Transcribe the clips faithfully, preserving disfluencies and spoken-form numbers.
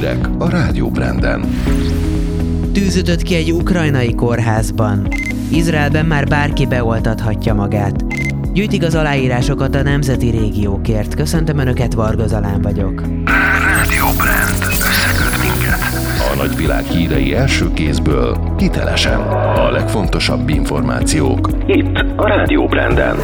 hírek a Rádió Branden. Tűzütött ki egy ukrajnai kórházban. Izraelben már bárki beoltathatja magát. Gyűjtik az aláírásokat a Nemzeti Régiókért. Köszöntöm Önöket, Varga Zalán vagyok. Rádió Brand. Összeköt minket. A nagyvilág hírei első kézből, hitelesen. A legfontosabb információk itt a Rádió Branden.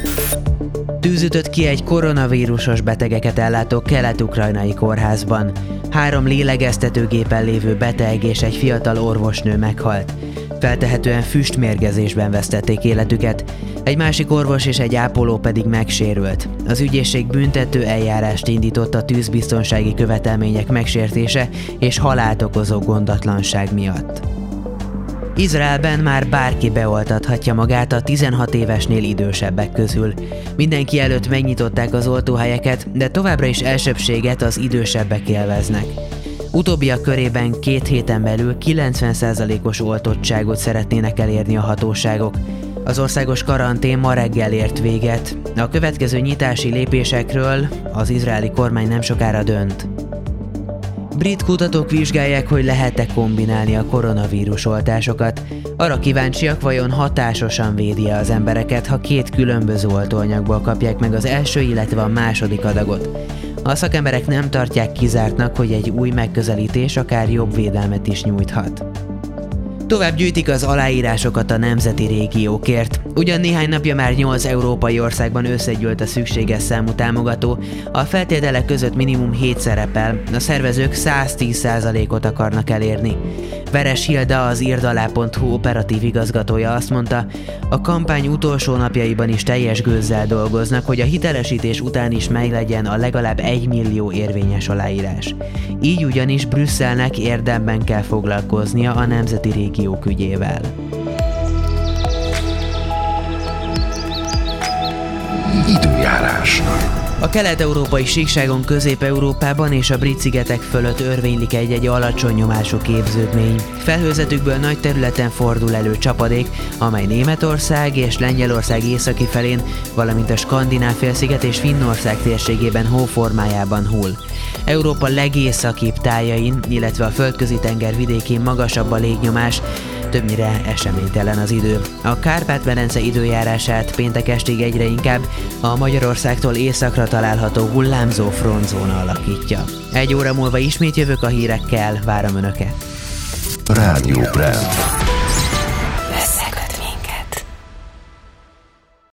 Tűzütött ki egy koronavírusos betegeket ellátó kelet-ukrajnai kórházban. Három lélegeztetőgépen lévő beteg és egy fiatal orvosnő meghalt. Feltehetően füstmérgezésben vesztették életüket, egy másik orvos és egy ápoló pedig megsérült. Az ügyészség büntető eljárást indított a tűzbiztonsági követelmények megsértése és halált okozó gondatlanság miatt. Izraelben már bárki beoltathatja magát a tizenhat évesnél idősebbek közül. Mindenki előtt megnyitották az oltóhelyeket, de továbbra is elsőbbséget az idősebbek élveznek. Utóbbiak körében két héten belül kilencven százalékos oltottságot szeretnének elérni a hatóságok. Az országos karantén ma reggel ért véget. A következő nyitási lépésekről az izraeli kormány nem sokára dönt. Brit kutatók vizsgálják, hogy lehet-e kombinálni a koronavírus oltásokat. Arra kíváncsiak, vajon hatásosan védi az embereket, ha két különböző oltóanyagból kapják meg az első, illetve a második adagot. A szakemberek nem tartják kizártnak, hogy egy új megközelítés akár jobb védelmet is nyújthat. Tovább gyűjtik az aláírásokat a Nemzeti Régiókért. Ugyan néhány napja már nyolc európai országban összegyűlt a szükséges számú támogató, a feltételek között minimum hét szerepel, a szervezők száztíz százalékot akarnak elérni. Veres Hilda, az irdalá pont hu operatív igazgatója azt mondta, a kampány utolsó napjaiban is teljes gőzzel dolgoznak, hogy a hitelesítés után is meglegyen a legalább egy millió érvényes aláírás. Így ugyanis Brüsszelnek érdemben kell foglalkoznia a Nemzeti Régiók ügyével. Időjárás. A kelet-európai síkságon Közép-Európában és a Brit-szigetek fölött örvénylik egy-egy alacsony nyomású képződmény. Felhőzetükből nagy területen fordul elő csapadék, amely Németország és Lengyelország északi felén, valamint a Skandináv-félsziget és Finnország térségében hó formájában hull. Európa legészakibb tájain, illetve a Földközi-tenger vidékén magasabb a légnyomás, többnyire eseménytelen az idő. A Kárpát-medence időjárását péntek estig egyre inkább a Magyarországtól északra található hullámzó frontzóna alakítja. Egy óra múlva ismét jövök a hírekkel, várom Önöket. Rádió Brand.